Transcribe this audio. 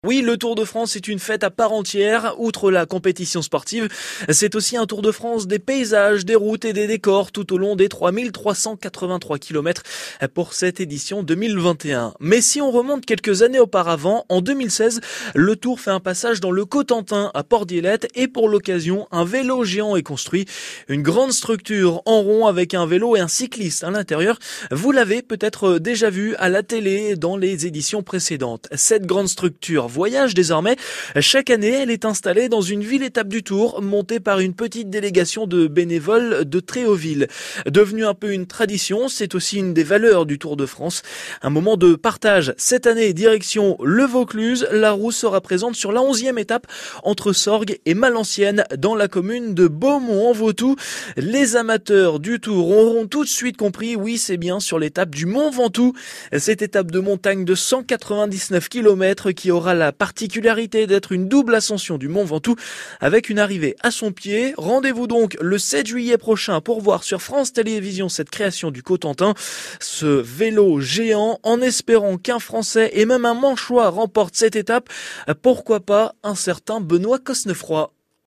Oui, le Tour de France est une fête à part entière. Outre la compétition sportive, c'est aussi un Tour de France des paysages, des routes et des décors tout au long des 3383 km pour cette édition 2021. Mais si on remonte quelques années auparavant, en 2016, le Tour fait un passage dans le Cotentin à Port-Dielette et pour l'occasion, un vélo géant est construit. Une grande structure en rond avec un vélo et un cycliste à l'intérieur. Vous l'avez peut-être déjà vu à la télé dans les éditions précédentes. Cette grande structure voyage désormais. Chaque année, elle est installée dans une ville étape du Tour, montée par une petite délégation de bénévoles de Tréauville. Devenue un peu une tradition, c'est aussi une des valeurs du Tour de France. Un moment de partage. Cette année, direction le Vaucluse, la roue sera présente sur la 11e étape entre Sorgues et Malancienne dans la commune de Beaumont-en-Vautoux. Les amateurs du Tour auront tout de suite compris, oui, c'est bien sur l'étape du Mont Ventoux. Cette étape de montagne de 199 km qui aura la particularité d'être une double ascension du Mont Ventoux avec une arrivée à son pied. Rendez-vous donc le 7 juillet prochain pour voir sur France Télévisions cette création du Cotentin, ce vélo géant, en espérant qu'un Français et même un Manchois remporte cette étape. Pourquoi pas un certain Benoît Cosnefroy.